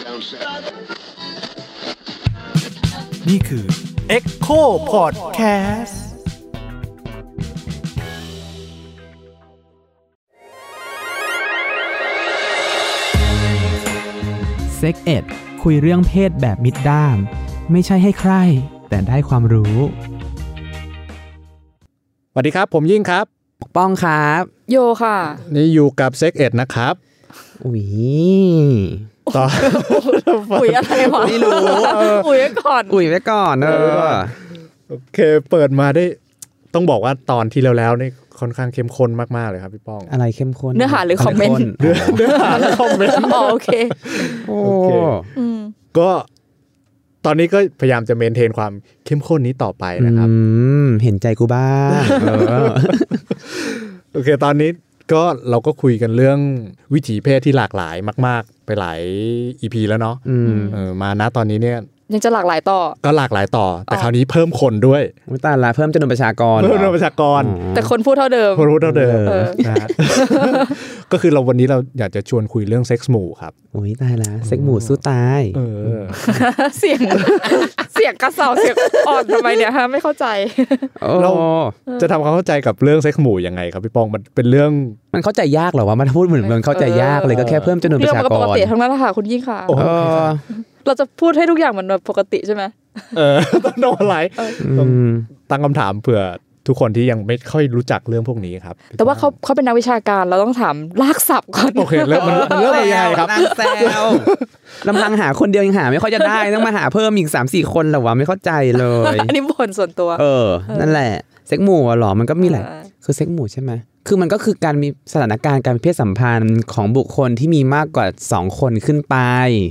นี่คือ Echo Podcast เซ็กเอ็ดคุยเรื่องเพศแบบมิดด้ามไม่ใช่ให้ใครแต่ได้ความรู้สวัสดีครับผมยิ่งครับปกป้องครับโยค่ะนี่อยู่กับเซ็กเอ็ดนะครับอุ๊ยต่ออุ๊ยอะไรวะไม่รู้อุ๊ยไว้ก่อนโอเคเปิดมาได้ต้องบอกว่าตอนที่แล้วนี่ค่อนข้างเข้มข้นมากๆเลยครับพี่ป้องอะไรเข้มข้นเนื้อหาหรือคอมเมนต์เนื้อหาและคอมเมนต์โอเคโอเคก็ตอนนี้ก็พยายามจะเมนเทนความเข้มข้นนี้ต่อไปนะครับเห็นใจกูบ้างโอเคตอนนี้ก็เราก็คุยกันเรื่องวิถีเพศที่หลากหลายมากๆไปหลาย EP แล้วเนาะมาณตอนนี้เนี่ยยังจะหลากหลายต่อก็หลากหลายต่อแต่คราวนี้เพิ่มคนด้วยตาละเพิ่มจำนวนประชากรแต่คนพูดเท่าเดิมนะก็คือวันนี้เราอยากจะชวนคุยเรื่องเซ็กส์หมู่ครับโอ้ยตายละเซ็กส์หมู่สู้ตายเสียงกระเซาเสียงอ่อนทำไมเนี่ยฮะไม่เข้าใจเราจะทำความเข้าใจกับเรื่องเซ็กส์หมู่ยังไงครับพี่ปองมันเป็นเรื่องมันเข้าใจยากเหรอวะมันพูดเหมือนมันเข้าใจยากเลยก็แค่เพิ่มจำนวนประชากรเรื่องมันก็ปกติทั้งนั้นแหละค่ะคุณยิ่งค่ะเราจะพูดให้ทุกอย่างมันแบบปกติใช่ไหมต้องโดนอะไรตั้งคำถามเผื่อทุกคนที่ยังไม่ค่อยรู้จักเรื่องพวกนี้ครับแต่ว่าเขาเป็นนักวิชาการเราต้องถามรากศัพท์ก่อนโอเคแล้วมันเริ่มยังไงครับแซวลำพังหาคนเดียวยังหาไม่ค่อยจะได้ต้องมาหาเพิ่มอีก 3-4 คนเหรอวะไม่เข้าใจเลยอันนี้บ่นส่วนตัวนั่นแหละเซ็กหมู่หรอมันก็มีหลายคือเซ็กหมู่ใช่ไหมคือมันก็คือการมีสถานการณ์การมีเพศสัมพันธ์ของบุคคลที่มีมากกว่า2คนขึ้นไป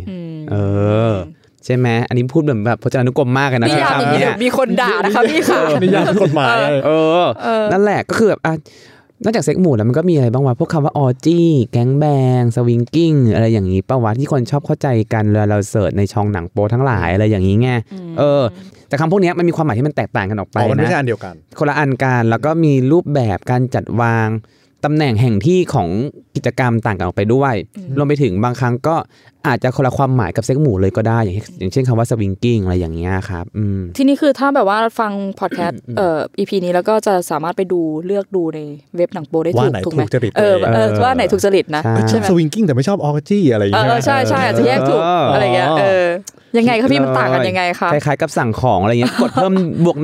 ใช่ไหมอันนี้พูดแบบพจนานุกรมมากเลยนะนิยามอย่างนี้มีคนด่านะคะพี่ค่ะนิยามกฎหมายนั่นแหละก็คือแบบนอกจากเซ็กหมู่แล้วมันก็มีอะไรบ้างวะพวกคำว่าออจี้แก๊งแบงสวิงกิ้งอะไรอย่างนี้ป่ะวะที่คนชอบเข้าใจกันเวลาเราเสิร์ชในช่องหนังโป๊ทั้งหลายอะไรอย่างนี้ไงแต่คำพวกนี้มันมีความหมายที่มันแตกต่างกันออกไปนะมันไม่ใช่อันเดียวกันคนละอันกันแล้วก็มีรูปแบบการจัดวางตำแหน่งแห่งที่ของกิจกรรมต่างกันออกไปด้วยรวมไปถึงบางครั้งก็อาจจะคนละความหมายกับเซ็กหมู่เลยก็ได้อย่างเช่นคำว่าสวิงกิ้งอะไรอย่างเงี้ยครับทีนี้คือถ้าแบบว่าฟังพอดแคสต์EP นี้แล้วก็จะสามารถไปดูเลือกดูในเว็บหนังโป๊ได้ถูกไหมว่าไหนถูกจริตนะใช่ไหมสวิงกิ้งแต่ไม่ชอบออร์จี้อะไรอย่างเงี้ยใช่ใช่อาจจะแยกถูกอะไรเงี้ยยังไงครับพี่มันต่างกันยังไงคะคล้ายๆกับสั่งของอะไรเงี้ยกดเพิ่ม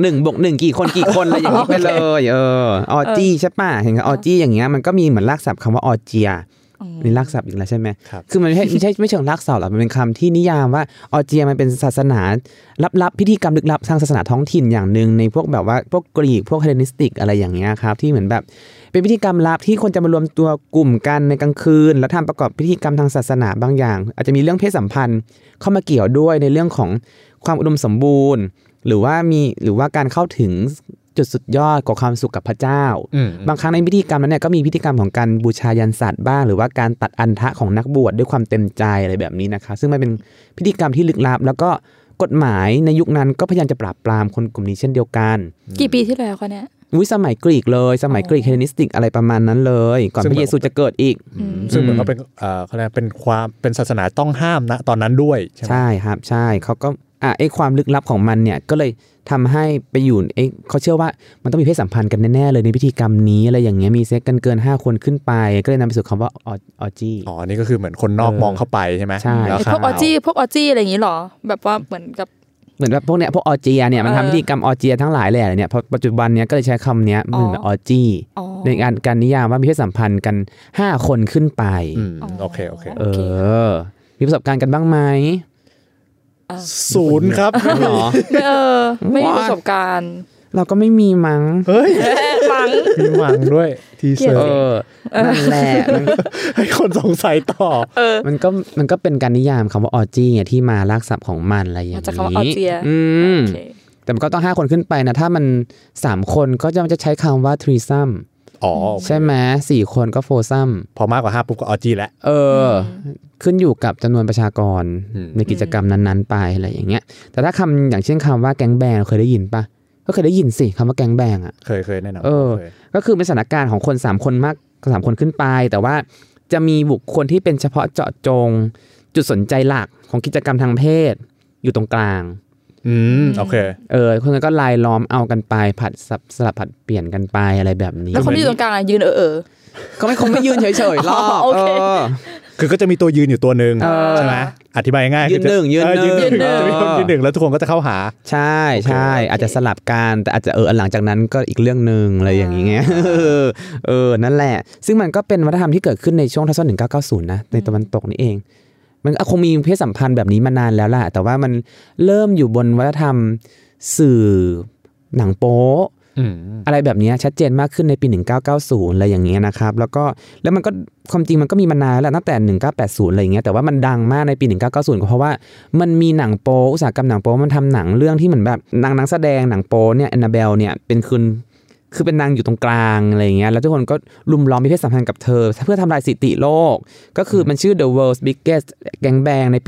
+1กี่คนอะไรอย่างงี้ไปเลยออจี้ใช่ป่ะเห็นออจี้อย่างเงี้ยมันก็มีเหมือนรากศัพท์คำว่าออเจียนี่รากศัพท์อีกแล้วใช่ไหมคือมันไม่ใช่เชิงรากศัพท์หรอกมันเป็นคำที่นิยามว่าออเจียมันเป็นศาสนาลับพิธีกรรมลึกลับทางศาสนาท้องถิ่นอย่างนึงในพวกแบบว่าพวกกรีกพวกเฮเลนิสติกอะไรอย่างเงี้ยครับที่เหมือนแบบเป็นพิธีกรรมลับที่คนจะมารวมตัวกลุ่มกันในกลางคืนแล้วทำประกอบพิธีกรรมทางศาสนาบางอย่างอาจจะมีเรื่องเพศสัมพันธ์เข้ามาเกี่ยวด้วยในเรื่องของความอุดมสมบูรณ์หรือว่าการเข้าถึงจุดสุดยอดของความสุขกับพระเจ้าบางครั้งในพิธีกรรมนั้นเนี่ยก็มีพิธีกรรมของการบูชายันสัตว์บ้างหรือว่าการตัดอัณฑะของนักบวชด้วยความเต็มใจอะไรแบบนี้นะคะซึ่งมันเป็นพิธีกรรมที่ลึกลับแล้วก็กฎหมายในยุคนั้นก็พยายามจะปราบปรามคนกลุ่มนี้เช่นเดียวกันกี่ปีที่แล้วคะเนี่ยสมัยกรีกเลยสมัยกรีกเฮเลนิสติกอะไรประมาณนั้นเลยก่อนพระเยซูจะเกิดอีกซึ่งมันก็เป็นเขาเรียกเป็นศาสนาต้องห้ามนะตอนนั้นด้วยใช่ครับใช่เขาก็ไอ้ความลึกลับของมันเนี่ยก็เลยทำให้ไปอยู่เขาเชื่อว่ามันต้องมีเพศสัมพันธ์กันแน่ๆเลยในพิธีกรรมนี้อะไรอย่างเงี้ยมีเซ็กกันเกิน5คนขึ้นไปก็เลยนำไปสู่คำว่าออจี้นี่ก็คือเหมือนคนนอกมองเข้าไปใช่ไหมใช่พวกออจี้อะไรอย่างงี้หรอแบบว่าเหมือนแบบพวกเนี้ยพวกออเจียเนี่ยมันทำพิธีกรรมออเจียทั้งหลายเลยเนี่ยพอปัจจุบันเนี้ยก็เลยใช้คำเนี้ยมันเป็นออจี้ในการนิยามว่ามีเพศสัมพันธ์กัน5คนขึ้นไปโอเคมีประสบการณ์กันบ้างไหม 0ครับไม่มีประสบการณ์เราก็ไม่มีมั้งเฮ้ยมีมั้งด้วยทีเซอร์นั่นแหละให้คนสงสัยต่อมันก็เป็นการนิยามคำว่าออจี้ไงที่มารากศัพท์ของมันอะไรอย่างนี้จากคำว่าออเจียแต่มันก็ต้อง5คนขึ้นไปนะถ้ามัน3คนก็จะใช้คำว่าทรีซัมใช่ไหม4คนก็โฟซัมพอมากกว่า5ปุ๊บก็ออจี้แล้วขึ้นอยู่กับจำนวนประชากรในกิจกรรมนั้นๆไปอะไรอย่างเงี้ยแต่ถ้าคำอย่างเช่นคำว่าแก๊งแบงเคยได้ยินปะก็เคยได้ยินสิคำว่าแก๊งแบงอ่ะเคยแน่นอนก็คือเป็นสถานการณ์ของคน3คนมาก3คนขึ้นไปแต่ว่าจะมีบุคคลที่เป็นเฉพาะเจาะจงจุดสนใจหลักของกิจกรรมทางเพศอยู่ตรงกลางโอเคคนนั้นก็ลายล้อมเอากันไปผัดสลับผัดเปลี่ยนกันไปอะไรแบบนี้แล้วคนที่อยู่ตรงกลางยืนก็ไม่คงไม่ยืนเฉยๆหรอกคือก็จะมีตัวยืนอยู่ตัวนึงใช่ไหมอธิบายง่ายๆยืนหนึ่งจะมีคนยืนหนึ่งแล้วทุกคนก็จะเข้าหาใช่อาจจะสลับกันแต่อาจจะหลังจากนั้นก็อีกเรื่องนึงอะไรอย่างเงี้ยนั่นแหละซึ่งมันก็เป็นวัฒนธรรมที่เกิดขึ้นในช่วงทศวรรษ1990นะในตะวันตกนี่เองมันคงมีเพศสัมพันธ์แบบนี้มานานแล้วล่ะแต่ว่ามันเริ่มอยู่บนวัฒนธรรมสื่อหนังโป๊อะไรแบบนี้ชัดเจนมากขึ้นในปี1990อะไรอย่างเงี้ยนะครับแล้วมันก็ความจริงมันก็มีมานานแล้วตั้งแต่1980อะไรอย่างเงี้ยแต่ว่ามันดังมากในปี1990ก็เพราะว่ามันมีหนังโป๊อุตสาหกรรมหนังโป๊มันทำหนังเรื่องที่เหมือนแบบนักแสดงหนังโป๊เนี่ยแอนนาเบลเนี่ยคือเป็นนางอยู่ตรงกลางอะไรอย่างเงี้ยแล้วทุกคนก็ลุมล้อมมีเพศสัมพันธ์กับเธอเพื่อทำลายสถิติโลกก็คือมันชื่อ The World's Biggest Gangbang ในปี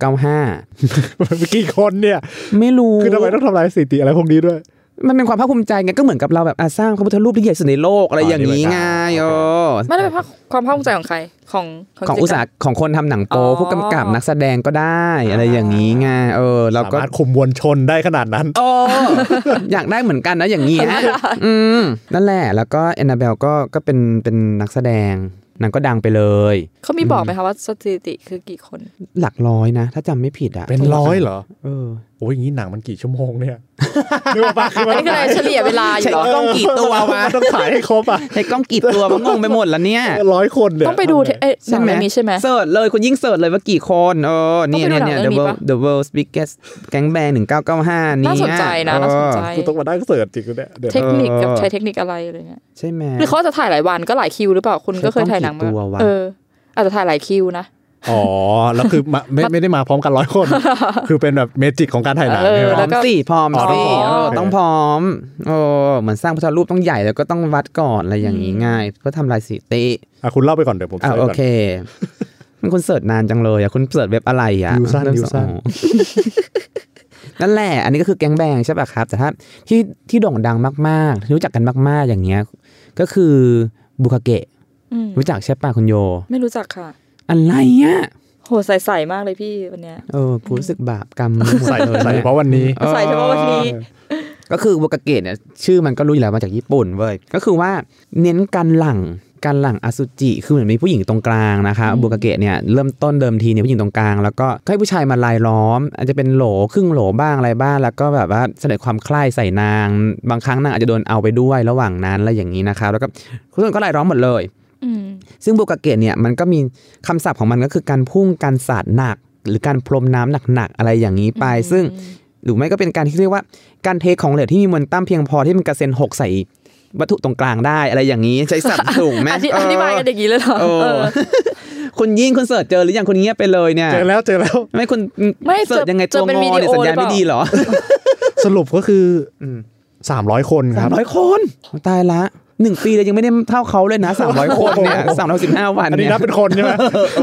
1995 กี่คนเนี่ยไม่รู้คือทำไมต้องทำลายสถิติอะไรพวกนี้ด้วยมันเป็นความภาคภูมิใจไงก็เหมือนกับเราแบบสร้างพระพุทธรูปที่ใหญ่สุดในโลกอะไรอย่างนี้ไงไม่ได้เป็นความภาคภูมิใจของใครของอุตสาหของคนทำหนังโป๊ผู้กำกับนักแสดงก็ได้อะไรอย่างนี้ไงเราก็สามารถคุมมวลชนได้ขนาดนั้นอยากได้เหมือนกันนะอย่างนี้นั่นแหละแล้วก็แอนนาเบลก็เป็นนักแสดงนางก็ดังไปเลยเขามีบอกไหมคะว่าสถิติคือกี่คนหลักร้อยนะถ้าจำไม่ผิดเป็น100เหรอโอ้ยอย่างนี้หนังมันกี่ชั่วโมงเนี่ยนึกว่าคือมันเฉลี่ยเวลาอยู่ใช้กล้องกี่ตัววะต้องถ่ายให้ครบอ่ะใช้กล้องกี่ตัวมันงงไปหมดแล้วเนี่ย 100คนเนี่ยต้องไปดูใช่ไหมใช่ไหมเสิร์ชเลยคุณยิ่งเสิร์ชเลยว่ากี่คนเนี่ย The World's Biggest Gangbang 1995นี่น่าสนใจนะน่าสนใจกูต้องมานั่งเสิร์ชจริงเนี่ยเทคนิคกับใช้เทคนิคอะไรอะไรเงี้ยใช่ไหมหรือเขาจะถ่ายหลายวันก็หลายคิวหรือเปล่าคุณก็เคยถ่ายหนังมาอาจจะถ่ายหลายคิวนะแล้วคือไม่ได้มาพร้อมกัน100คนคือเป็นแบบเมจิกของการถ่ายหนังใช่ไหมพร้อมสิพร้อมสิต้องพร้อมเหมือนสร้างพุทธรูปต้องใหญ่แล้วก็ต้องวัดก่อนอะไรอย่างนี้ง่ายเพื่อทำลายสถิติคุณเล่าไปก่อนเดี๋ยวผมโอเคมันคุณเสิร์ชนานจังเลยคุณเสิร์ชเว็บอะไรยูซันนั่นแหละอันนี้ก็คือแก๊งแบงใช่ป่ะครับแต่ถ้าที่โด่งดังมากๆที่รู้จักกันมากๆอย่างเงี้ยก็คือบุคาเกะรู้จักใช่ป่ะคุณโยไม่รู้จักค่ะอะไรอ่ะโหใสๆมากเลยพี่วันเนี้ยกูรู้สึกบาปกรรมใส่เพราะวันนี้ใส่เฉพาะวันนี้ก็คือบุคาเกะเนี่ยชื่อมันก็รู้อยู่แล้วมาจากญี่ปุ่นเว้ยก็คือว่าเน้นการหลั่งอสุจิคือเหมือนมีผู้หญิงตรงกลางนะคะบุคาเกะเนี่ยเริ่มต้นเดิมทีเนี่ยผู้หญิงตรงกลางแล้วก็ให้ผู้ชายมาลายล้อมอาจจะเป็นโหลครึ่งโหลบ้างอะไรบ้างแล้วก็แบบว่าแสดงความใคร่ใส่นางบางครั้งนางอาจจะโดนเอาไปด้วยระหว่างนั้นอะไรอย่างนี้นะครับแล้วก็ทุกคนก็ลายล้อมหมดเลยซึ่งบุคาเกะเนี่ยมันก็มีคำศัพท์ของมันก็คือการพุ่งการสาดหนักหรือการพรมน้ำหนักๆอะไรอย่างนี้ไปซึ่งหรือไม่ก็เป็นการที่เรียกว่าการเทของเหลวที่มีมวลตั้มเพียงพอที่มันกระเซ็นหกใส่วัตถุตรงกลางได้อะไรอย่างนี้ใช้ศัพท์ถูกไหมอธิบายกันอย่างนี้เลยเหรอคุณยิ่งคุณเสิร์ชเจอหรือยังคุณเงียบไปเลยเนี่ยเจอแล้วไม่คุณเสิร์ชยังไงตัวงอเนี่ยสัญญาณไม่ดีเหรอสรุปก็คือ300คนครับ 300คนตายละ1 ปีเลยยังไม่ได้เท่าเขาเลยนะ300คนเนี่ย315วันอันนี้นับเป็นคนใช่ไหม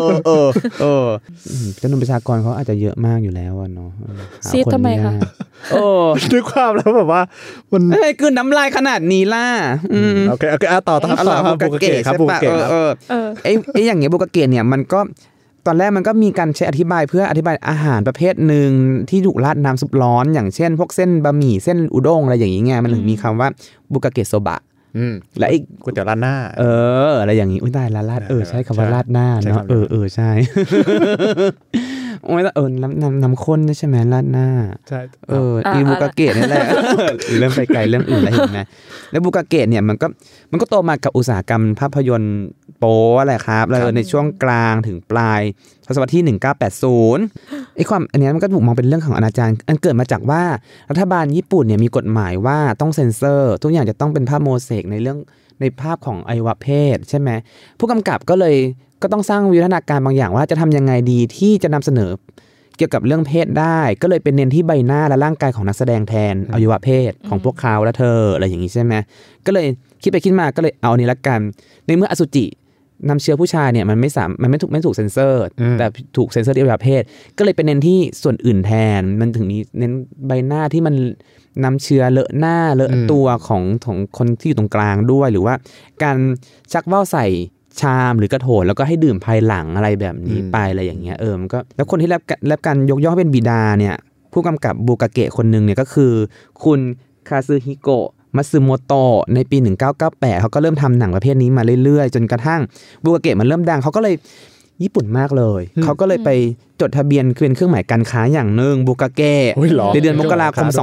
จำนวนประชากรเขาอาจจะเยอะมากอยู่แล้วเนาะซีดทำไมคะด้วยความแล้วแบบว่ามันไม่คือน้ำลายขนาดนี้ล่ะโอเคต่อบุกเกะครับบุกเกะไอ้อย่างเงี้ยบุกเกะเนี่ยมันก็ตอนแรกมันก็มีการใช้อธิบายเพื่ออธิบายอาหารประเภทหนึ่งที่ถูกราดน้ำซุปร้อนอย่างเช่นพวกเส้นบะหมี่เส้นอุด้งอะไรอย่างงี้ไงมันถึงมีคำว่าบุกเกะโซบะและอีกก๋วยเตี๋ยวราดหน้าอะไรอย่างงี้อุ้ยได้ราดใช้คำว่าราดหน้าเนาะใช่โอ้ยน้ำข้นใช่ไหมราดหน้าใช่อีบุกาเกะนี่แหละเริ่มไปไกลเรื่องอื่นแล้วเห็นไหมแล้วบุกาเกะเนี่ยมันก็โตมากับอุตสาหกรรมภาพยนตร์โป๊อะไรครับแล้วในช่วงกลางถึงปลายทศวรรษที่1980ไอ้ความอันนี้มันก็ถูกมองเป็นเรื่องของอนาจารอันเกิดมาจากว่ารัฐบาลญี่ปุ่นเนี่ยมีกฎหมายว่าต้องเซ็นเซอร์ทุกอย่างจะต้องเป็นภาพโมเสกในภาพของอวัยวะเพศใช่ไหมผู้กำกับก็ต้องสร้างวิวัฒนาการบางอย่างว่าจะทำยังไงดีที่จะนำเสนอเกี่ยวกับเรื่องเพศได้ก็เลยเป็นเน้นที่ใบหน้าและร่างกายของนักแสดงแทนอวัยวะเพศของพวกเขาและเธออะไรอย่างนี้ใช่ไหมก็เลยคิดไปคิดมาก็เลยเอานี้ละกันในเมื่ออสุจินำเชื้อผู้ชายเนี่ยมันไม่ถูกเซ็นเซอร์แต่ถูกเซ็นเซอร์ที่อวัยวะเพศก็เลยเป็นเน้นที่ส่วนอื่นแทนมันถึงนี้เน้นใบหน้าที่มันนำเชื้อเลอะหน้าเลอะตัวของคนที่อยู่ตรงกลางด้วยหรือว่าการชักว่าวใส่ชามหรือกระโถนแล้วก็ให้ดื่มภายหลังอะไรแบบนี้ไปอะไรอย่างเงี้ยมันก็แล้วคนที่รับการยกย่องเป็นบิดาเนี่ยผู้กำกับบูกาเกะคนนึงเนี่ยก็คือคุณคาซึฮิโกะมัตสึโมโตะในปี1998เขาก็เริ่มทำหนังประเภทนี้มาเรื่อยๆจนกระทั่งบูกาเกะมันเริ่มดังเขาก็เลยญี่ปุ่นมากเลยเขาก็เลยไปจดทะเบียนเป็นเครื่องหมายการค้าอย่างนึงบูกาเกะในเดือนมกราคม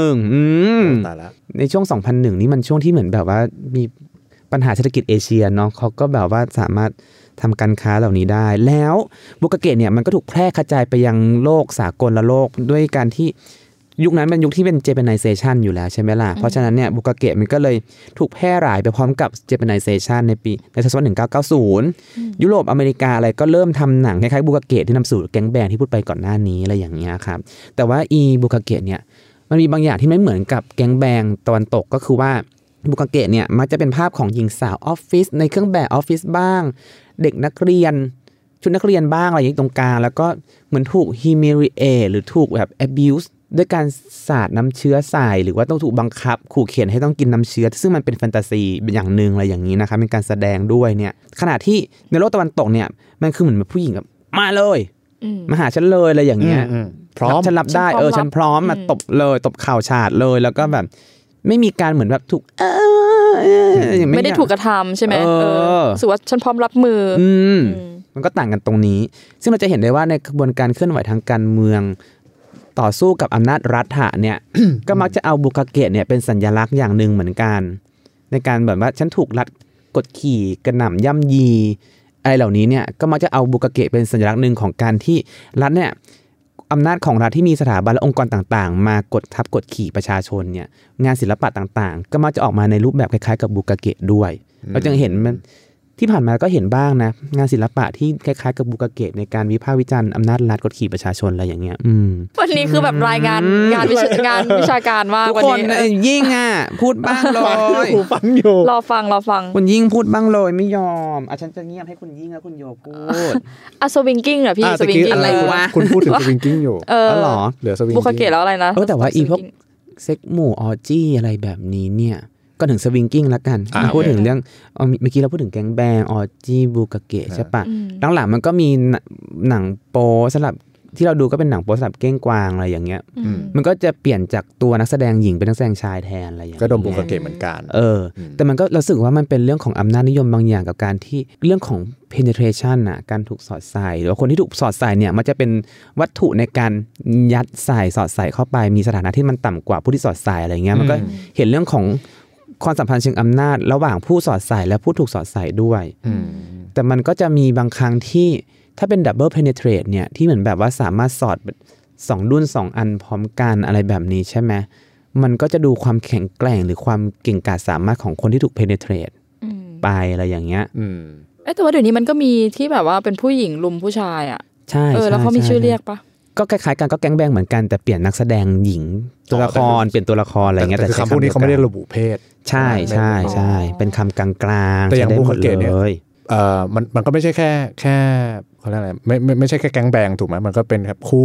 2001ในช่วง2001นี่มันช่วงที่เหมือนแบบว่ามีปัญหาเศรษฐกิจเอเชียเนาะเขาก็แบบว่าสามารถทำการค้าเหล่านี้ได้แล้วบูกาเกะเนี่ยมันก็ถูกแพร่กระจายไปยังโลกสากลและโลกด้วยการที่ยุคนั้นเป็นยุคที่เป็น Japanization อยู่แล้วใช่ไหมล่ะเพราะฉะนั้นเนี่ยบูกาเกะมันก็เลยถูกแพร่หลายไปพร้อมกับ Japanization ในศตวรรษ1990ยุโรปอเมริกาอะไรก็เริ่มทำหนังคล้ายๆบูกาเกะที่นำสู่แก๊งแบงที่พูดไปก่อนหน้านี้อะไรอย่างเงี้ยครับแต่ว่าบูกาเกะเนี่ยมันมีบางอย่างที่ไม่เหมือนกับแก๊งแบงตะวันตกก็คือว่าบูกาเกะเนี่ยมักจะเป็นภาพของหญิงสาวออฟฟิศในเครื่องแบบออฟฟิศบ้างเด็กนักเรียนชุดนักเรียนบ้างอะไรอย่างนี้ตรงกลางแล้วก็เหมือนถูก humiliate หรือถูกแบบ abuse ด้วยการสาดน้ำเชื้อใส่หรือว่าต้องถูกบังคับขู่เข็นให้ต้องกินน้ำเชื้อซึ่งมันเป็นแฟนตาซีอย่างนึงอะไรอย่างนี้นะครับเป็นการแสดงด้วยเนี่ยขณะที่ในโลกตะวันตกเนี่ยมันคือเหมือนผู้หญิงแบบมาเลยมาหาฉันเลยอะไรอย่างเงี้ยพร้อมฉันรับได้ฉันพร้อมมาตบเลยตบข่าวฉาดเลยแล้วก็แบบไม่มีการเหมือนแบบถูกไม่ได้ถูกกระทำใช่ไหมรู้สึกว่าฉันพร้อมรับมือมันก็ต่างกันตรงนี้ซึ่งเราจะเห็นได้ว่าในกระบวนการเคลื่อนไหวทางการเมืองต่อสู้กับอำนาจรัฐเนี่ย ก็มักจะเอาบูกาเกะเนี่ยเป็นสัญลักษณ์อย่างนึงเหมือนกันในการแบบว่าฉันถูกรัฐกดขี่กระหน่ำย่ำยีอะไรเหล่านี้เนี่ยก็มักจะเอาบูกาเกะเป็นสัญลักษณ์นึงของการที่รัฐเนี่ยอำนาจของรัฐที่มีสถาบันและองค์กรต่างๆมากดทับกดขี่ประชาชนเนี่ยงานศิลปะต่างๆก็มักจะออกมาในรูปแบบคล้ายๆกับบูกาเกะด้วยเราจึงเห็นมันที่ผ่านมาก็เห็นบ้างนะงานศิลปะที่คล้ายๆกับบูกาเกะในการวิพากษ์วิจารณ์อำนาจรัฐกดขี่ประชาชนอะไรอย่างเงี้ยวันนี้คือแบบรายงานวิชาการมากวันนี้ทุกคนยิ่งพูดบ้างเลยฟังอยู่รอฟังคุณยิ่งพูดบ้างเลยไม่ยอมฉันจะเงียบให้คุณยิ่งแล้วคุณโยพูดสวิงกิ้งเหรอพี่สวิงกิ้งอะไรวะคุณพูดถึงสวิงกิ้งอยู่เหรอเหลือสวิงกิ้งบูกาเกะแล้วอะไรนะแต่ว่าพวกเซ็กหมู่ออจี้อะไรแบบนี้เนี่ยก็ถึงสวิงกิ้งแล้วกันพูดถึงเรื่องเมื่อกี้เราพูดถึงแก๊งแบงออจี้บูกาเกะใช่ปะหลังๆมันก็มีหนังโป๊สำหรับที่เราดูก็เป็นหนังโป๊สำหรับเก้งกวางอะไรอย่างเงี้ยมันก็จะเปลี่ยนจากตัวนักแสดงหญิงเป็นนักแสดงชายแทนอะไรอย่างเงี้ยก็โดนบูกาเกะเหมือนกันแต่มันก็รู้สึกว่ามันเป็นเรื่องของอำนาจนิยมบางอย่างกับการที่เรื่องของ penetration น่ะการถูกสอดใส่หรือว่าคนที่ถูกสอดใส่เนี่ยมันจะเป็นวัตถุในการยัดใส่สอดใส่เข้าไปมีสถานะที่มันต่ำกว่าผู้ที่สอดใส่อะไรเงี้ยมันก็เห็นเรื่องของความสัมพันธ์เชิงอำนาจระหว่างผู้สอดใส่และผู้ถูกสอดใส่ด้วยแต่มันก็จะมีบางครั้งที่ถ้าเป็น double penetrate เนี่ยที่เหมือนแบบว่าสามารถสอด2ดุล2อันพร้อมกันอะไรแบบนี้ใช่ไหมมันก็จะดูความแข็งแกร่งหรือความเก่งกาจสามารถของคนที่ถูก penetrate ไปอะไรอย่างเงี้ยแต่ว่าเดี๋ยวนี้มันก็มีที่แบบว่าเป็นผู้หญิงลุมผู้ชายอ่ะใช่แล้วเขามีชื่อเรียกปะก็คล้ายๆกันก็แก๊งแบงเหมือนกันแต่เปลี่ยนนักแสดงหญิงตัวละครเปลี่ยนตัวละครอะไรเงี้ยแต่คำพวกนี้เขาไม่ได้ระบุเพศใช่เป็นคำกลางๆแต่อย่างบูกาเกะเนี่ยมันก็ไม่ใช่แค่เขาเรียกอะไรไม่ใช่แค่แก๊งแบงถูกไหมมันก็เป็นครับคู่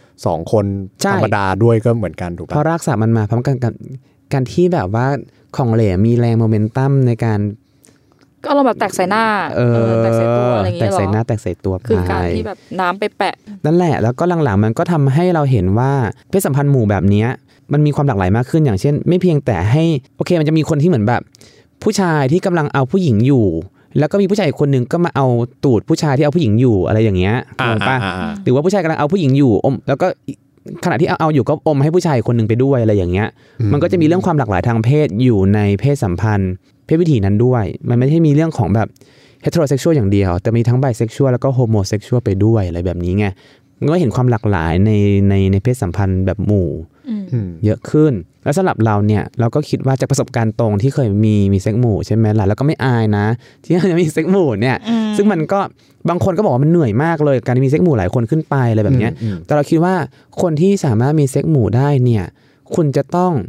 2คนธรรมดาด้วยก็เหมือนกันถูกป่ะเพราะรากศัพท์มันมาพร้อมกันกับการที่แบบว่าของเหลวมีแรงโมเมนตัมในการก็เราแบบแตกใส่หน้าแตกใส่ตัวอะไรอย่างเงี้ยหรอแตกใส่หน้าแตกใส่ตัวคือการที่แบบน้ำไปแปะนั่นแหละแล้วก็หลังๆมันก็ทำให้เราเห็นว่าเพศสัมพันธ์หมู่แบบนี้มันมีความหลากหลายมากขึ้นอย่างเช่นไม่เพียงแต่ให้โอเคมันจะมีคนที่เหมือนแบบผู้ชายที่กำลังเอาผู้หญิงอยู่แล้วก็มีผู้ชายคนนึงก็มาเอาตูดผู้ชายที่เอาผู้หญิงอยู่อะไรอย่างเงี้ยถูกป่ะหรือว่าผู้ชายกำลังเอาผู้หญิงอยู่อมแล้วก็ขณะที่เอาอยู่ก็อมให้ผู้ชายคนนึงไปด้วยอะไรอย่างเงี้ยมันก็จะมีเรื่องความหลากหลายทางเพศอยู่ในเพศสัมพันธ์เพศวิถีนั้นด้วยมันไม่ใช่มีเรื่องของแบบ heterosexual อย่างเดียวแต่มีทั้ง bisexual แล้วก็ homosexual ไปด้วยอะไรแบบนี้ไงมันก็เห็นความหลากหลายในเพศสัมพันธ์แบบหมู่เยอะขึ้นแล้วสำหรับเราเนี่ยเราก็คิดว่าจากประสบการณ์ตรงที่เคยมีเซ็กหมู่ใช่ไหมล่ะแล้วก็ไม่อายนะที่จะมีเซ็กหมู่เนี่ยซึ่งมันก็บางคนก็บอกว่ามันเหนื่อยมากเลยการมีเซ็กหมู่หลายคนขึ้นไปอะไรแบบนี้แต่เราคิดว่าคนที่สามารถมีเซ็กหมู่ได้เนี่ยคุณจะต้อง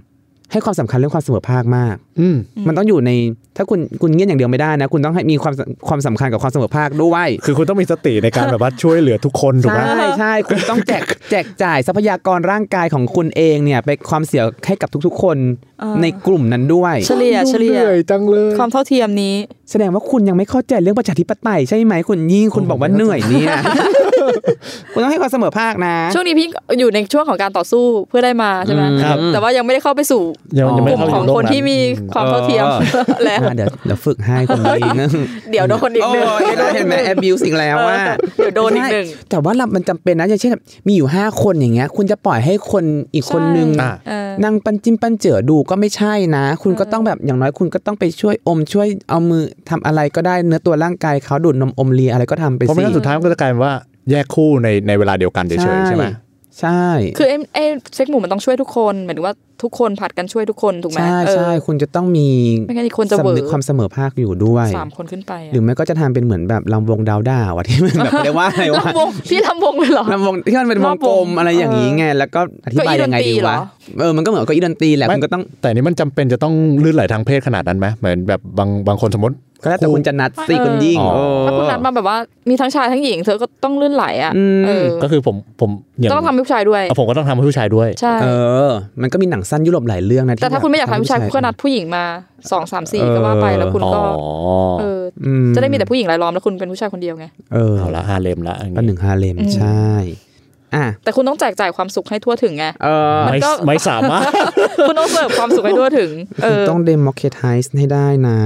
ให้ความสำคัญเรื่องความเสมอภาคมากมันต้องอยู่ในถ้าคุณเงียบอย่างเดียวไม่ได้นะคุณต้องให้มีความสำคัญกับความเสมอภาคด้วยคือคุณต้องมีสติในการแบบว่าช่วยเหลือทุกคนถูกไหมใช่คุณต้องแจกจ่ายทรัพยากรร่างกายของคุณเองเนี่ยไปความเสียให้กับทุกๆคนในกลุ่มนั้นด้วยเฉลี่ยจังเลยความเท่าเทียมนี้แสดงว่าคุณยังไม่เข้าใจเรื่องประชาธิปไตยใช่ไหมคุณยิ่งคุณบอกว่าเหนื่อยเนี่ยคุณต้องให้ความเสมอภาคนะช่วงนี้พี่อยู่ในช่วงของการต่อสู้เพื่อได้มาใช่ไหมแต่ว่ายังไม่ได้เข้าไปสู่กลุ่มของคนที่มีความเท่าเทียมแล้วเดี๋ยวฝึกให้คนนี้เดี๋ยวโดนอีกหนึ่งเห็นไหมแอบบิวสิ่งแล้วว่าเดี๋ยวโดนอีกหนึ่งแต่ว่ามันจำเป็นนะอย่างเช่นมีอยู่5คนอย่างเงี้ยคุณจะปล่อยให้คนอีกคนนึงนั่งปั้นจิ้มปั้นเจ๋อดูก็ไม่ใช่นะคุณก็ต้องแบบอย่างน้อยคุณก็ต้องไปช่วยช่วยเอามือทำอะไรก็ได้เนื้อตัวร่างกายเขาดูดนมอมเลียอะไรก็ทำไปสิเพราะไม่งั้นสุดท้ายมันก็จะกลายเป็นว่าแยกคู่ในเวลาเดียวกันเฉยๆใช่ไหมใช่คือไอ้เซ็กหมู่มันต้องช่วยทุกคนหมายถึงว่าทุกคนผัดกันช่วยทุกคนถูกไหมใช่คุณจะต้องมีไม่งั้นอีกคนจะสำนึกความเสมอภาคอยู่ด้วย 3คนขึ้นไปหรือไม่ก็จะทำเป็นเหมือนแบบลำวงดาวด่าวที่มันแบบเรียกว่าอะไรวะพี่ลำวงเลยเหรอลำวงที่มันเป็นวงกลมอะไรอย่างนี้ไงแล้วก็อธิบายยังไงดีวะมันก็เหมือนกับอีดนตรีแหละคุณก็ต้องแต่นี้มันจำเป็นจะต้องลื่นไหลทางเพศขนาดนั้นไหมเหมือนแบบบางคนสมมติก็แล้วแต่คุณจะนัดสิคุณยิ่งถ้าคุณนัดมาแบบว่ามีทั้งชายทั้งหญิงเธอก็ต้องลื่นไหลอ่ะก็คือผมต้องทำให้ผู้ชายด้วยผมก็ต้องทำให้ผู้ชายด้วยใช่มันก็มีหนังสั้นยุโรปหลายเรื่องนะแต่ถ้าคุณไม่อยากทำผู้ชายคุณก็นัดผู้หญิงมา2 3 4ก็ว่าไปแล้วคุณก็จะได้มีแต่ผู้หญิงรายล้อมแล้วคุณเป็นผู้ชายคนเดียวไงเอาละ5 เล่มละก็1 5 เล่มใช่แต่คุณต้องแจกจ่ายความสุขให้ทั่วถึงไงมันก็ไม่สามารถคุณต้องเสิร์ฟความสุขให้ทั่วถึงต้องเดโมแครไทซ์ให้ได้นะ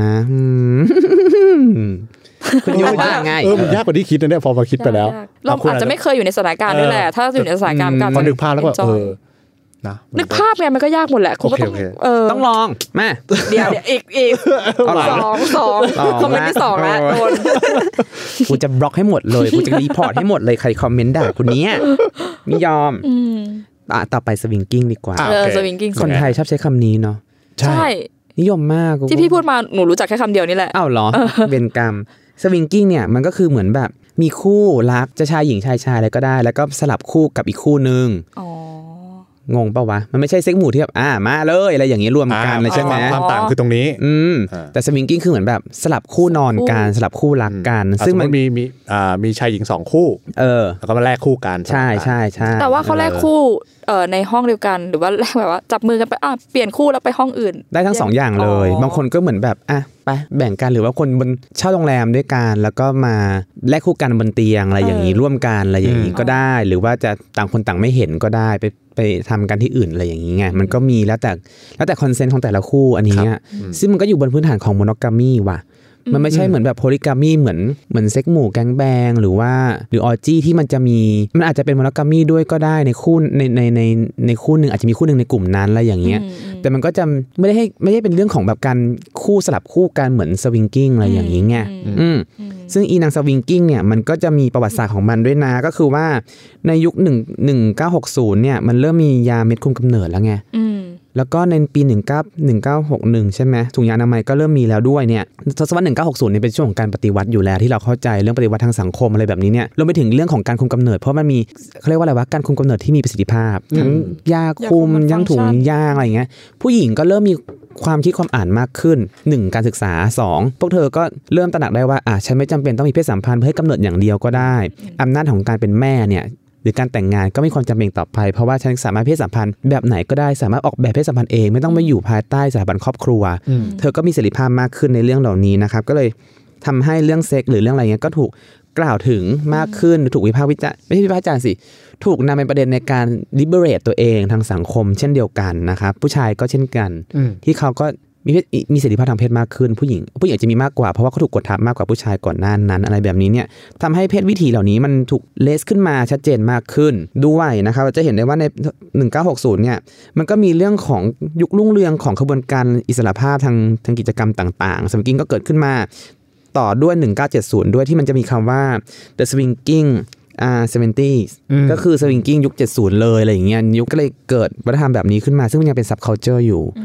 คุณยากง่ายมันยากกว่าที่คิดนะเนี่ยพอมาคิดไปแล้วเราอาจจะไม่เคยอยู่ในสถานการณ์ด้วยแหละถ้าอยู่ในสถานการณ์การนึกภาพแล้วก็นึกภาพไงมันก็ยากหมดแหละคุณก็ต้องลองมาเดี๋ยวอีก2คอมเมนต์ที่2แล้วโดนกูจะบล็อกให้หมดเลยกูจะรีพอร์ตให้หมดเลยใครคอมเมนต์ด่าคุณเนี้ยไม่ยอมต่อไปสวิงกิ้งดีกว่าสวิงกิ้งคนไทยชอบใช้คำนี้เนาะใช่นิยมมากที่พี่พูดมาหนูรู้จักแค่คำเดียวนี่แหละอ้าวเหรอเวรกรรมสวิงกิ้งเนี่ยมันก็คือเหมือนแบบมีคู่รักจะชายหญิงชายอะไรก็ได้แล้วก็สลับคู่กับอีกคู่นึงงงป่าววะมันไม่ใช่เซ็กหมู่ที่แบบมาเลยอะไรอย่างนี้รวมกันเลยใช่ไหมความต่างคือตรงนี้แต่สวิงกิ้งคือเหมือนแบบสลับคู่นอนกันสลับคู่รักกันซึ่งมันมีชายหญิง2คู่แล้วก็มาแลกคู่กันใช่ใช่ใช่แต่ว่าเขาแลกคู่ในห้องเดียวกันหรือว่าแลกแบบว่าจับมือกันไปเปลี่ยนคู่แล้วไปห้องอื่นได้ทั้ง2อย่างเลยบางคนก็เหมือนแบบไปแบ่งกันหรือว่าคนบนเช่าโรงแรมด้วยกันแล้วก็มาแลกคู่กันบนเตียงอะไรอย่างนี้ร่วมกันอะไรอย่างนี้ก็ได้หรือว่าจะต่างคนต่างไม่เห็นก็ได้ไปทำกันที่อื่นอะไรอย่างนี้ไงมันก็มีแล้วแต่คอนเซนต์ของแต่ละคู่อันนี้ซึ่งมันก็อยู่บนพื้นฐานของโมโนกามีว่ะมันไม่ใช่เหมือนแบบโพลิกามีเหมือนเซ็กหมู่แก๊งแบงหรือออร์จี้ที่มันจะมีมันอาจจะเป็นโมโนกามีด้วยก็ได้ในคู่ในคู่นึงอาจจะมีคู่นึงในกลุ่มนั้นอะไรอย่างเงี้ยแต่มันก็จะไม่ได้เป็นเรื่องของแบบการคู่สลับคู่กันเหมือนสวิงกิ้งอะไรอย่างนี้ไงซึ่งอีนางสวิงกิ้งเนี่ยมันก็จะมีประวัติศาสตร์ของมันด้วยนะก็คือว่าในยุค1960เนี่ยมันเริ่มมียาเม็ดคุมกำเนิดแล้วไงแล้วก็ในปี1961ใช่ไหมถุงยางอนามัยก็เริ่มมีแล้วด้วยเนี่ยทศวรรษ1960เนี่ยเป็นช่วงของการปฏิวัติอยู่แล้วที่เราเข้าใจเรื่องปฏิวัติทางสังคมอะไรแบบนี้เนี่ยรวมไปถึงเรื่องของการคุมกำเนิดเพราะมันมีเขาเรียกว่าอะไรวะการคุมกำเนิดที่มีประสิทธิภาพทั้งยาคุมยังถุงยางอะไรอย่างเงี้ยผู้หญิงก็เริ่มมีความคิดความอ่านมากขึ้น1การศึกษา2พวกเธอก็เริ่มตระหนักได้ว่าฉันไม่จำเป็นต้องมีเพศสัมพันธ์เพื่อให้กำเนิดอย่างเดียวก็ได้อำนาจของการเป็นแม่เนี่ยหรือการแต่งงานก็ไม่ความจำเป็นต่อไปเพราะว่าฉันสามารถเพศสัมพันธ์แบบไหนก็ได้สามารถออกแบบเพศสัมพันธ์เองไม่ต้องมาอยู่ภายใต้สถาบันครอบครัวเธอก็มีเสรีภาพมากขึ้นในเรื่องเหล่านี้นะครับก็เลยทำให้เรื่องเซ็กหรือเรื่องอะไรเงี้ยก็ถูกกล่าวถึงมากขึ้นถูกวิพากษ์วิจารณ์ไม่ใช่วิพากษ์วิจารณ์สิถูกนำเป็นประเด็นในการ liberate ตัวเองทางสังคมเช่นเดียวกันนะครับผู้ชายก็เช่นกันที่เขาก็มีเสรีภาพทางเพศมากขึ้นผู้หญิงอาจจะมีมากกว่าเพราะว่าเขาถูกกดทับมากกว่าผู้ชายก่อนหน้านั้นอะไรแบบนี้เนี่ยทำให้เพศวิถีเหล่านี้มันถูกเลสขึ้นมาชัดเจนมากขึ้นด้วยนะครับจะเห็นได้ว่าใน1960เนี่ยมันก็มีเรื่องของยุครุ่งเรืองของขบวนการอิสรภาพทางกิจกรรมต่างๆสวิงกิ้งก็เกิดขึ้นมาต่อด้วย1970ด้วยที่มันจะมีคำว่า the swinging 70s ก็คือสวิงกิ้งยุค70เลยอะไรอย่างเงี้ยยุคก็เลยเกิดวัฒนธรรมแบบนี้ขึ้นมาซึ่งมันยังเป็น subculture อยู่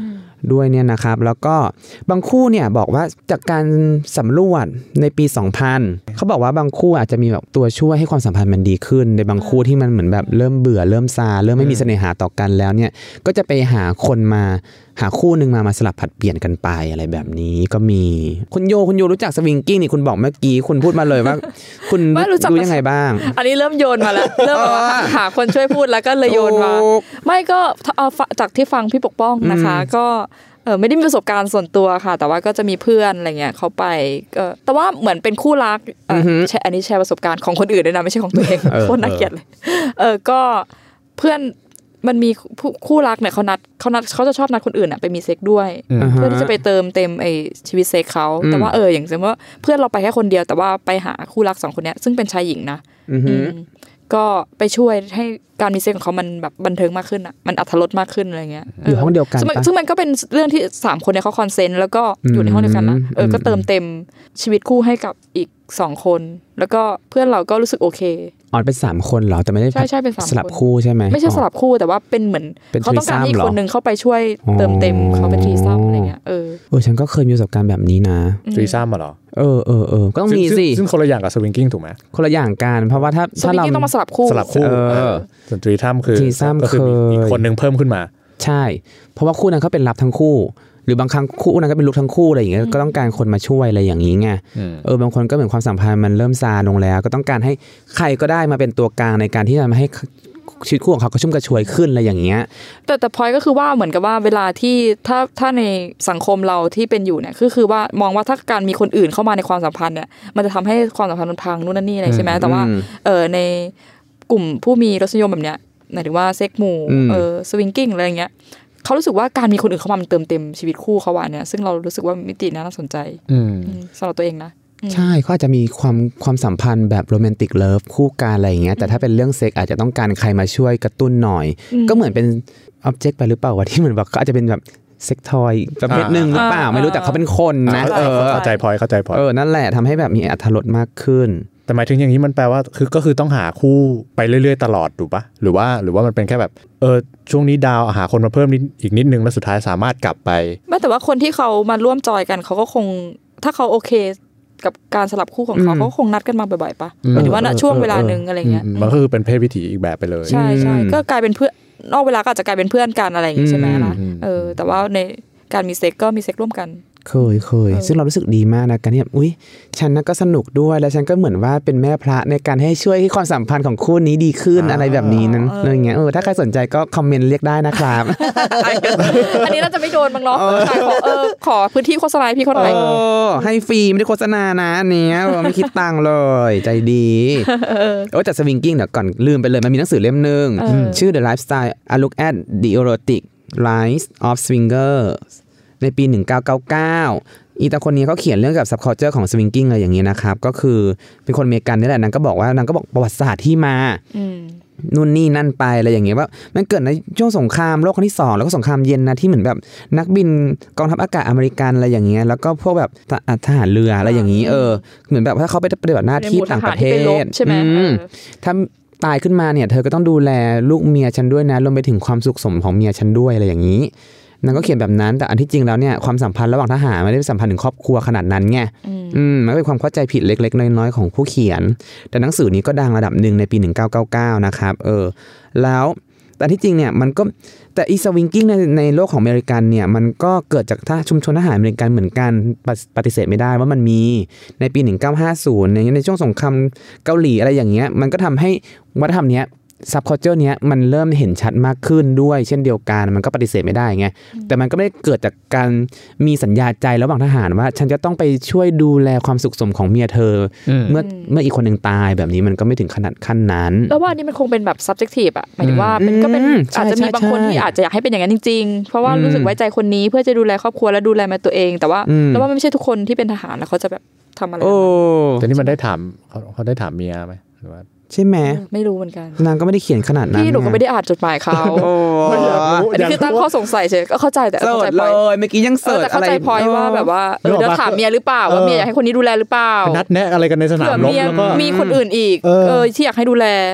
ด้วยเนี่ยนะครับแล้วก็บางคู่เนี่ยบอกว่าจากการสำรวจในปี 2000เขาบอกว่าบางคู่อาจจะมีแบบตัวช่วยให้ความสัมพันธ์มันดีขึ้นในบางคู่ที่มันเหมือนแบบเริ่มเบื่อเริ่มซาเริ่มไม่มีเสน่หาต่อกันแล้วเนี่ยก็จะไปหาคนมาหาคู่นึงมาสลับผัดเปลี่ยนกันไปอะไรแบบนี้ก็มีคุณโยรู้จักสวิงกิ้งนี่คุณบอกเมื่อกี้คุณพูดมาเลยว่าคุณรู้ยังไงบ้างอันนี้เริ่มโยนมาแล้วเริ่มหาคนช่วยพูดแล้วก็เลยโยนมาไม่ก็เอาจากที่ฟังพี่ปกป้องนะคะก็ไม่ได้มีประสบการณ์ส่วนตัวค่ะแต่ว่าก็จะมีเพื่อนอะไรเงี้ยเขาไปแต่ว่าเหมือนเป็นคู่รักอันนี้แชร์ประสบการณ์ของคนอื่นด้วยนะไม่ใช่ของตัวเองโคตรน่าเกลียดเลยก็เพื่อนมันมีคู่รักเนี่ยเขาจะชอบนัดคนอื่นไปมีเซ็กด้วยเพื่อที่จะไปเติมเต็มไอชีวิตเซ็กเขาแต่ว่าอย่างเช่นว่าเพื่อนเราไปแค่คนเดียวแต่ว่าไปหาคู่รัก2คนเนี้ยซึ่งเป็นชายหญิงนะก็ไปช่วยให้การมีเซ็กของเขามันแบบบันเทิงมากขึ้นอ่ะมันอรรถรสมากขึ้นอะไรเงี้ยอยู่ห้องเดียวกันซึ่งมันก็เป็นเรื่องที่3คนเนี่ยเขาคอนเซนต์แล้วก็อยู่ในห้องเดียวกันนะก็เติมเต็มชีวิตคู่ให้กับอีก2คนแล้วก็เพื่อนเราก็รู้สึกโอเคเป็น3คนเหรอแต่ไม่ได้ใช่เป็น3 สลับคู่ใช่ไหมไม่ใช่สลับคู่แต่ว่าเป็นเหมือนเขาต้องการให้อีกคนนึงเข้าไปช่วยเติมเต็มเขาเป็นทรีซัมอะไรเงี้ยฉันก็เคยมีประสบการณ์แบบนี้นะทรีซัมเหรอก็ต้องมีสิซึ่งคนละอย่างกับสวิงกิ้งถูกไหมคนละอย่างกันเพราะว่าถ้าเราต้องมาสลับคู่ส่วนทรีซัมคือก็คืออีกคนนึงเพิ่มขึ้นมาใช่เพราะว่าคู่นั้นเขาเป็นรับทั้งคู่หรือบางครั้งคู่นั้นก็เป็นลูกทั้งคู่อะไรอย่างเงี้ยก็ต้องการคนมาช่วยอะไรอย่างนี้ไงบางคนก็เหมือนความสัมพันธ์มันเริ่มซาลงแล้วก็ต้องการให้ใครก็ได้มาเป็นตัวกลางในการที่จะมาให้ชีวิตคู่ของเขาก็ชุ่มกระชวยขึ้นอะไรอย่างเงี้ยแต่พอยก็คือว่าเหมือนกับว่าเวลาที่ถ้าในสังคมเราที่เป็นอยู่เนี่ยคือว่ามองว่าถ้าการมีคนอื่นเข้ามาในความสัมพันธ์เนี่ยมันจะทำให้ความสัมพันธ์มันพังนู่นนั่นนี่อะไรใช่ไหมแต่ว่าในกลุ่มผู้มีรสนิยมแบบเนี้ยหมายถึงว่าเซ็กหมู่สวิงกิ้งอะไรอย่างเงี้ยเขารู้สึกว่าการมีคนอื่นเข้ามามันเติมเต็มชีวิตคู่เขาว่าเนี่ยซึ่งเรารู้สึกว่ามิติน่าสนใจสำหรับตัวเองนะใช่เขาอาจจะมีความสัมพันธ์แบบโรแมนติกเลิฟคู่กันอะไรอย่างเงี้ยแต่ถ้าเป็นเรื่องเซ็กอาจจะต้องการใครมาช่วยกระตุ้นหน่อยก็เหมือนเป็นอ็อบเจกต์ไปหรือเปล่าวะที่เหมือนแบบเขาอาจจะเป็นแบบเซ็กทอยประเภทนึงหรือเปล่าไม่รู้แต่เขาเป็นคนนะเข้าใจพอยนั่นแหละทำให้แบบมีอรรถรสมากขึ้นแต่หมายถึงอย่างนี้มันแปลว่าก็คือต้องหาคู่ไปเรื่อยๆตลอดถูกปะหรือว่ามันเป็นแค่แบบช่วงนี้ดาวหาคนมาเพิ่มอีกนิดนึงแล้วสุดท้ายสามารถกลับไปไม่แต่ว่าคนที่เขามาร่วมจอยกันเขาก็คงถ้าเขาโอเคกับการสลับคู่ของเขาเขาคงนัดกันมาบ่อยๆปะหมายถึงว่าณช่วงเวลานึงอะไรเงี้ยมันก็คือเป็นเพศวิถีอีกแบบไปเลยใช่ก็กลายเป็นเพื่อนนอกเวลาก็อาจจะกลายเป็นเพื่อนกันอะไรอย่างงี้ใช่ไหมล่ะแต่ว่าในการมีเซ็กก็มีเซ็กร่วมกันเคยซึ่งเรารู้สึกดีมากนะการที่อุ๊ยฉันน่ะก็สนุกด้วยแล้วฉันก็เหมือนว่าเป็นแม่พระในการให้ช่วยให้ความสัมพันธ์ของคู่นี้ดีขึ้นอะไรแบบนี้นั้นอะไรเงี้ยถ้าใครสนใจก็คอมเมนต์เรียกได้นะครับอันนี้น่าจะไม่โดนมั้งเนาะขอพื้นที่โฆษณาพี่เขาหน่อยให้ฟรีไม่ได้โฆษณานะอันเนี้ยไม่คิดตังค์เลยใจดีแต่สวิงกิ้งเดี๋ยวก่อนลืมไปเลยมันมีหนังสือเล่มนึงชื่อ The Lifestyle A Look at the Erotic Rise of Swingersในปี1999อีตาคนนี้เขาเขียนเรื่องกับ subculture ของ swinging อะไรอย่างนี้นะครับก็คือเป็นคนอเมริกันนี่แหละนางก็บอกประวัติศาสตร์ที่มานู่นนี่นั่นไปอะไรอย่างเงี้ยว่ามันเกิดในช่วงสงครามโลกครั้งที่2แล้วก็สงครามเย็นนะที่เหมือนแบบนักบินกองทัพอากาศอเมริกันอะไรอย่างเงี้ยแล้วก็พวกแบบทหารเรืออะไรอย่างนี้เหมือนแบบถ้าเขาไปปฏิบัติหน้าที่ต่างประเทศใช่ไหมถ้าตายขึ้นมาเนี่ยเธอก็ต้องดูแลลูกเมียฉันด้วยนะรวมไปถึงความสุขสมของเมียฉันด้วยอะไรอย่างนี้นางก็เขียนแบบนั้นแต่อันที่จริงแล้วเนี่ยความสัมพันธ์ระหว่างทหารไม่ได้สัมพันธ์ถึงครอบครัวขนาดนั้นไงมันก็เป็นความเข้าใจผิดเล็กๆน้อยๆของผู้เขียนแต่หนังสือนี้ก็ดังระดับหนึ่งในปี1999นะครับแล้วแต่ที่จริงเนี่ยมันก็แต่อีสวิงกิ้งในโลกของอเมริกันเนี่ยมันก็เกิดจากชุมชนทหารอเมริกันเหมือนกันปฏิเสธไม่ได้ว่ามันมีในปี1950ในช่วงสงครามเกาหลีอะไรอย่างเงี้ยมันก็ทำให้วัฒนธรรมเนี้ยsubculture เนี้ยมันเริ่มเห็นชัดมากขึ้นด้วยเช่นเดียวกันมันก็ปฏิเสธไม่ได้ไงแต่มันก็ไม่ได้เกิดจากการมีสัญญาใจระหว่างทหารว่าฉันจะต้องไปช่วยดูแลความสุขสมของเมียเธอเมื่ออีกคนนึงตายแบบนี้มันก็ไม่ถึงขนาดขั้นนั้นแล้วว่านี่มันคงเป็นแบบ subjective อ่ะหมายถึงว่ามันก็เป็นอาจจะมีบางคนที่อาจจะอยากให้เป็นอย่างนั้นจริงๆเพราะว่ารู้สึกไว้ใจคนนี้เพื่อจะดูแลครอบครัวและดูแลมาตัวเองแต่ว่าแล้วว่าไม่ใช่ทุกคนที่เป็นทหารแล้วเขาจะแบบทำอะไรแต่นี่มันได้ถามเขาได้ถามเมียไหมหรือว่าใช่ไหมไม่รู้เหมือนกันนางก็ไม่ได้เขียนขนาดนั้นพี่หนูก็ไม่ได้อ่านจดหมายเขาอันนี้คือตั้งข้อสงสัยเฉยก็เข้าใจแต่เข้าใจเลยเมื่อกี้ยังเสิร์ชอะไรเข้าใจพอยว่าแบบว่าเดี๋ยวถามเมียหรือเปล่าว่าเมียอยากให้คนนี้ดูแลหรือเปล่านัดแนะอะไรกันในสนามรบแล้วก็มีคนอื่นอีกที่อยากให้ดูแล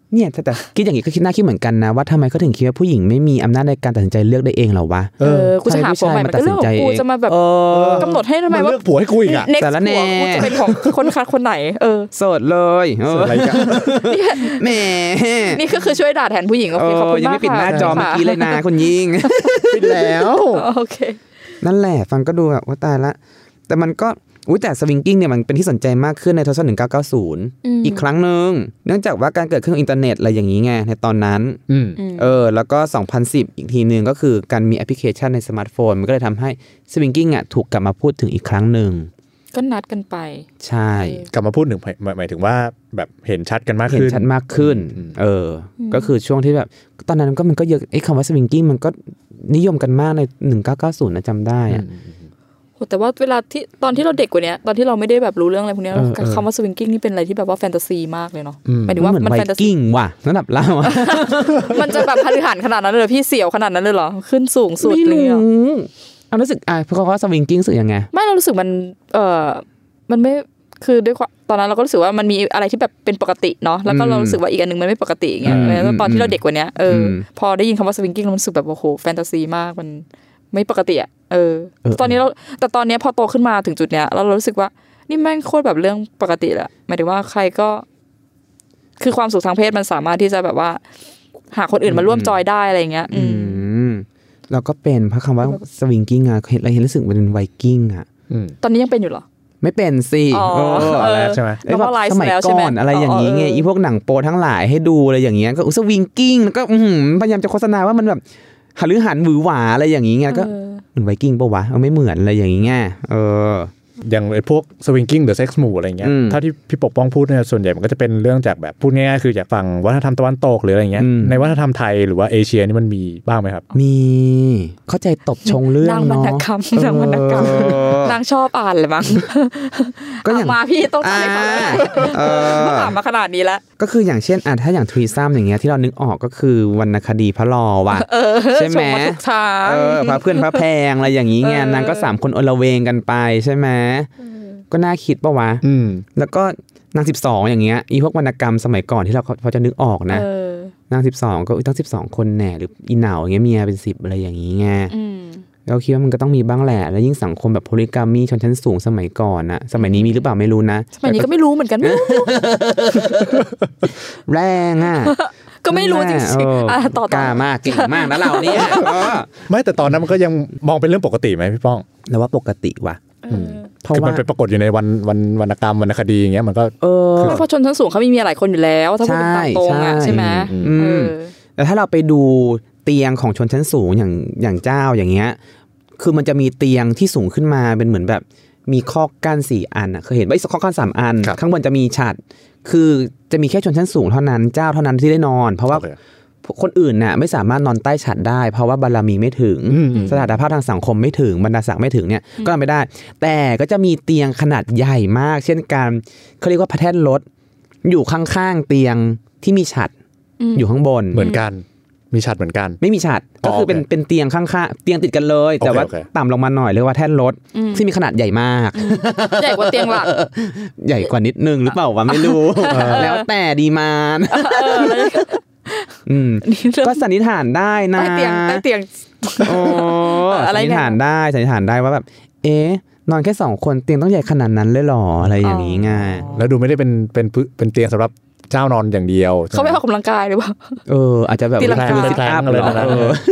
เนี่ยแต่คิดอย่างนี้ก็คิดน่าคิดเหมือนกันนะว่าทำไมเขาถึงคิดว่าผู้หญิงไม่มีอำนาจในการตัดสินใจเลือกได้เองเหรอวะกูจะหาผัวใหม่มันก็เรื่องของกูจะมาแบบกำหนดให้ทำไมว่าเลือกผัวให้กูอีกอ่ะ next ผัวกูจะเป็นของคนคัดคนไหนโสดเลยอะไรกันแหมนี่ก็คือช่วยด่าแทนผู้หญิงโอเคขอบคุณมากค่ะยังไม่ปิดหน้าจอเมื่อกี้เลยนะคุณยิ่งปิดแล้วโอเคนั่นแหละฟังก็ดูแบบว่าตายละแต่มันก็แต่สวิงกิ้งเนี่ยมันเป็นที่สนใจมากขึ้นในทศวรรษ1990อีกครั้งนึงเนื่องจากว่าการเกิดขึ้นของอินเทอร์เน็ตอะไรอย่างนี้ไงในตอนนั้นแล้วก็2010อีกทีนึงก็คือการมีแอปพลิเคชันในสมาร์ทโฟนมันก็เลยทำให้สวิงกิ้งถูกกลับมาพูดถึงอีกครั้งนึงก็นัดกันไปใช่กลับมาพูดถึงหมายถึงว่าแบบเห็นชัดกันมากขึ้นเห็นชัดมากขึ้นก็คือช่วงที่แบบตอนนั้นก็มันก็เยอะไอ้คำว่าสวิงกิ้งมันก็นิยมกันมากใน1990นะจำได้อะแต่ว่าเวลาที่ตอนที่เราเด็กกว่านี้ตอนที่เราไม่ได้แบบรู้เรื่องอะไรพวกนี้คำว่าสวิงกิ้งนี่เป็นอะไรที่แบบว่าแฟนตาซีมากเลยเนาะหมายถึงว่ามันแฟนตาซีว่ะระดับเราอ่ะมันจะแบบพันหันขนาดนั้นเลยพี่เสี่ยวขนาดนั้นเลยเหรอขึ้นสูงสุดเลยอ่ะเอารู้สึกเพราะว่าสวิงกิ้งรู้สึกยังไงไม่เรารู้สึกมันไม่คือด้วยตอนนั้นเราก็รู้สึกว่ามันมีอะไรที่แบบเป็นปกติเนาะแล้วก็เรารู้สึกว่าอีกอันนึงมันไม่ปกติอย่างเงี้ยแล้วตอนที่เราเด็กกว่านี้พอได้ยินคำว่าสวิงกิ้งเรารู้สึกแบบโอ้โหแฟนตาซีมากมันไม่ปกติอ่ะตอนนี้แต่ตอนนี้พอโตขึ้นมาถึงจุดเนี้ยเรารู้สึกว่านี่แม่งโคตรแบบเรื่องปกติแหละหมายถึงว่าใครก็คือความสุขทางเพศมันสามารถที่จะแบบว่าหาคนอื่นมาร่วมจอยได้อะไรเงี้ยเราก็เป็นเพราะคำว่าสวิงกิ้งอ่ะเห็นรู้สึกเป็นไวกิ้งอ่ะตอนนี้ยังเป็นอยู่เหรอไม่เป็นสิแล้วใช่ไหมไอ้แบบสมัยก่อนอะไรอย่างนี้ไงอีพวกหนังโปทั้งหลายให้ดูอะไรอย่างเงี้ยก็สวิงกิ้งแล้วก็พยายามจะโฆษณาว่ามันแบบหรือหันหวือหวาอะไรอย่างงี้ไงก็เหมือนไวกิ้งป่ะวะไม่เหมือนอะไรอย่างงี้ไงอย่างไอ้พวกสวิงกิ้งหรือเซ็กซ์หมู่อะไรเงี้ยถ้าที่พี่ปกป้องพูดเนี่ยส่วนใหญ่มันก็จะเป็นเรื่องจากแบบพูดง่ายๆคือจากฝั่งวัฒนธรรมตะวันตกหรืออะไรเงี้ยในวัฒนธรรมไทยหรือว่าเอเชียนี่มันมีบ้างไหมครับมีเข้าใจตบชงเรื่องเนาะนางวรรณกรรมนางชอบอ่านเลยมั้งก็อย่างมาพี่ต้องให้เขาถามมาขนาดนี้แล้วก็คืออย่างเช่นถ้าอย่างทรีซัมอย่างเงี้ยที่เรานึกออกก็คือวรรณคดีพระลอว่ะใช่ไหมพระเพื่อนพระแพงอะไรอย่างงี้ไงนางก็3คนอลเวงกันไปใช่ไหมก็น่าคิดป่ะวะแล้วก็นาง12อย่างเงี้ยอีพวกวรรณกรรมสมัยก่อนที่เราพอจะนึกออกนะนาง12ก็ตั้ง12คนแน่หรืออีเหนาอย่างเงี้ยเมียเป็น10อะไรอย่างงี้ไงเราคิดว่ามันก็ต้องมีบ้างแหละแล้วยิ่งสังคมแบบโพลิกามีชนชั้นสูงสมัยก่อนนะสมัยนี้มีหรือเปล่าไม่รู้นะสมัยนี้ก็ไม่รู้เหมือนกันแรงอ่ะก็ไม่รู้จริงๆต่อกล้ามากเก่งมากนะเราเนี่ยไม่แต่ตอนนั้นมันก็ยังมองเป็นเรื่องปกติไหมพี่ป้องแล้วว่าปกติว่ะเพราะว่ามันเป็นปรากฏอยู่ในวรรณกรรมวรรณคดีอย่างเงี้ยมันก็คือพอชนชั้นสูงเขามีหลายคนอยู่แล้วถ้าพูดตามตรงอ่ะใช่ไหมแต่ถ้าเราไปดูเตียงของชนชั้นสูงอย่างเจ้าอย่างเงี้ยคือมันจะมีเตียงที่สูงขึ้นมาเป็นเหมือนแบบมีข้อกั้น4อันเคยเห็นว่าข้อกั้น3อันข้างบนจะมีฉัตรคือจะมีแค่ชนชั้นสูงเท่านั้นเจ้าเท่านั้นที่ได้นอนเพราะว่าคนอื่นน่ะไม่สามารถนอนใต้ฉัตรได้เพราะว่าบารมีไม่ถึงสถานภาพทางสังคมไม่ถึงบรรดาศักดิ์ไม่ถึงเนี่ยก็ไม่ได้แต่ก็จะมีเตียงขนาดใหญ่มากเช่นการเขาเรียกว่าพระแท่นรถอยู่ข้างๆเตียงที่มีฉัตรอยู่ข้างบนเหมือนกันมีฉัตรเหมือนกันไม่มีฉัตรก็คือเป็นเตียงข้างๆเตียงติดกันเลยแต่ว่าต่ำลงมาหน่อยเรียกว่าแท่นรถที่มีขนาดใหญ่มากใหญ่กว่าเตียงหลักใหญ่กว่านิดนึงหรือเปล่าวะไม่รู้แล้วแต่ดีมานก็สันนิษฐานได้นะใต้เตียงสันนิษฐานได้ว่าแบบนอนแค่2คนเตียงต้องใหญ่ขนาดนั้นเลยหรออะไรอย่างนี้ไงแล้วดูไม่ได้เป็นเตียงสำหรับเจ้านอนอย่างเดียวเขาไม่ออกกำลังกายหรือเปล่าอาจจะแบบแรงอะไรนะ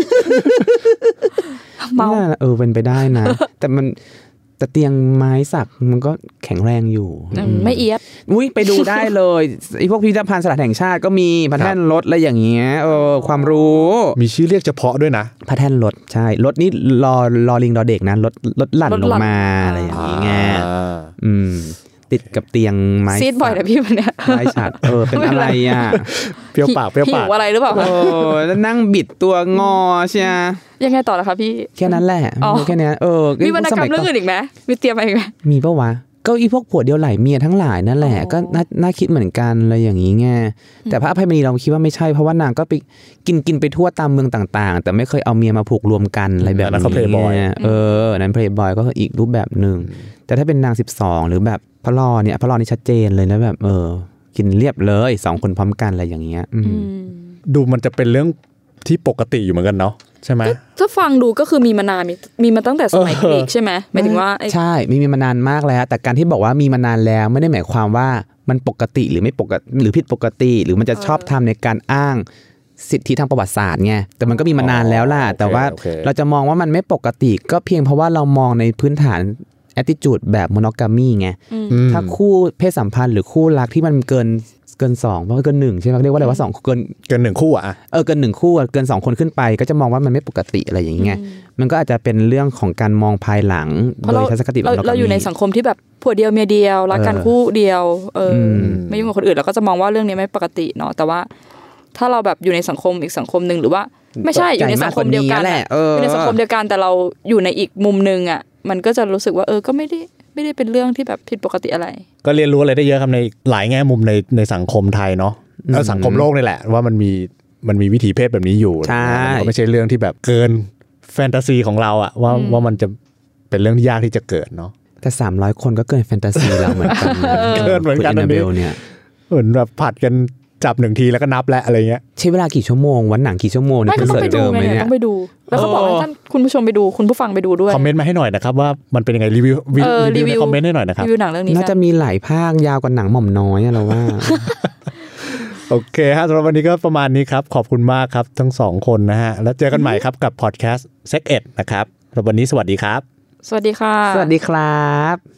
เมาเป็นไปได้นะแต่เตียงไม้สักมันก็แข็งแรงอยู่ไม่เอียดไปดูได้เลยไอ้พวกพิพิธภัณฑ์สถานแห่งชาติก็มีพระแท่นรถอะไรอย่างเงี้ยความรู้มีชื่อเรียกเฉพาะด้วยนะพระแท่นรถใช่รถนี่รอลิงรอเด็กนะรถหลั่นลงมาอะไรอย่างเงี้ยติดกับเตียงไม้ซีดบ่อยนะพี่มันเนี่ยไม้ฉัดเป็นอะไรอ่ะเปรี้ยวปากหิวอะไรหรือเปล่าแล้วนั่งบิดตัวงอใช่ยังไงต่อล่ะคะพี่แค่นั้นแหละแค่นี้มีวรรณกรรมเรื่องอื่นอีกไหมมีเตรียมอะไรอีกไหมมีปะวะก็อีพวกผัวเดียวหลายเมียทั้งหลายนั่นแหละก็น่าคิดเหมือนกันอะไรอย่างนี้ไงแต่พระอภัยมณีเราคิดว่าไม่ใช่เพราะว่านางก็ไปกินไปทั่วตามเมืองต่างๆแต่ไม่เคยเอาเมียมาผูกรวมกันอะไรแบบนี้นั้นเพลย์บอยก็อีกรูปแบบนึงแต่ถ้าเป็นนาง12หรือแบบพระลอนี่ชัดเจนเลยนะแบบกินเรียบเลย2คนพร้อมกันอะไรอย่างเงี้ยดูมันจะเป็นเรื่องที่ปกติอยู่เหมือนกันเนาะใช่ไหมถ้าฟังดูก็คือมีมานานมีมาตั้งแต่สมัยเด็กใช่ไหมหมายถึงว่าใช่มีมานานมากแล้วแต่การที่บอกว่ามีมานานแล้วไม่ได้หมายความว่ามันปกติหรือไม่ปกติหรือผิดปกติหรือมันจะชอบทำในการอ้างสิทธิทางประวัติศาสตร์ไงแต่มันก็มีมานานแล้วล่ะแต่ว่าเราจะมองว่ามันไม่ปกติก็เพียงเพราะว่าเรามองในพื้นฐานattitude แบบ monogamy ไงถ้าคู่เพศสัมพันธ์หรือคู่รักที่มันเกิน2เพราะเกิน1ใช่มั้ยเรียกว่าอะไรว่า2เกิน 1คู่อ่ะเกิน1คู่เกิน2คนขึ้นไปก็จะมองว่ามันไม่ปกติอะไรอย่างเงี้ยมันก็อาจจะเป็นเรื่องของการมองภายหลังโดยทัศนคติเราอยู่ในสังคมที่แบบผัวเดียวเมียเดียวรักกันคู่เดียวไม่ยุ่งกับคนอื่นเราก็จะมองว่าเรื่องนี้ไม่ปกติเนาะแต่ว่าถ้าเราแบบอยู่ในสังคมอีกสังคมนึงหรือว่าไม่ใช่อยู่ในสังคมเดียวกันอยู่ในสังคมเดียวกันแต่เราอยู่ในอีกมุมนึงอ่ะมันก็จะรู้สึกว่าก็ไม่ได้เป็นเรื่องที่แบบผิดปกติอะไรก็เรียนรู้อะไรได้เยอะครับในหลายแง่มุมในสังคมไทยเนาะแล้วสังคมโลกนี่แหละว่ามันมีวิถีเพศแบบนี้อยู่มันไม่ใช่เรื่องที่แบบเกินแฟนตาซีของเราอะว่ามันจะเป็นเรื่องที่ยากที่จะเกิดเนาะแต่300คนก็เกินแฟนตาซีเราเหมือนกันเกินเหมือนกันนะเนี่ยเหมือนแบบผัดกันจับ1ทีแล้วก็นับแล้วอะไรเงี้ยใช้เวลากี่ชั่วโมงวันหนังกี่ชั่วโมงนี่คือเสิร์ชเจอมั้ยเนี่ยต้องไปดูแล้วเขาบอกให้ท่านคุณผู้ชมไปดูคุณผู้ฟังไปดูด้วยคอมเมนต์มาให้หน่อยนะครับว่ามันเป็นยังไงรีวิวในคอมเมนต์ให้หน่อยนะครับรีวิวหนังเรื่องนี้น่าจะมีหลายภาคยาวกว่าหนังหม่อมน้อยเราว่าโอเคฮะสำหรับวันนี้ก็ประมาณนี้ครับขอบคุณมากครับทั้ง2คนนะฮะแล้วเจอกันใหม่ครับกับพอดแคสต์ Sex Ed นะครับสำหรับวันนี้สวัสดีครับสวัสดีค่ะสวัสดีครับ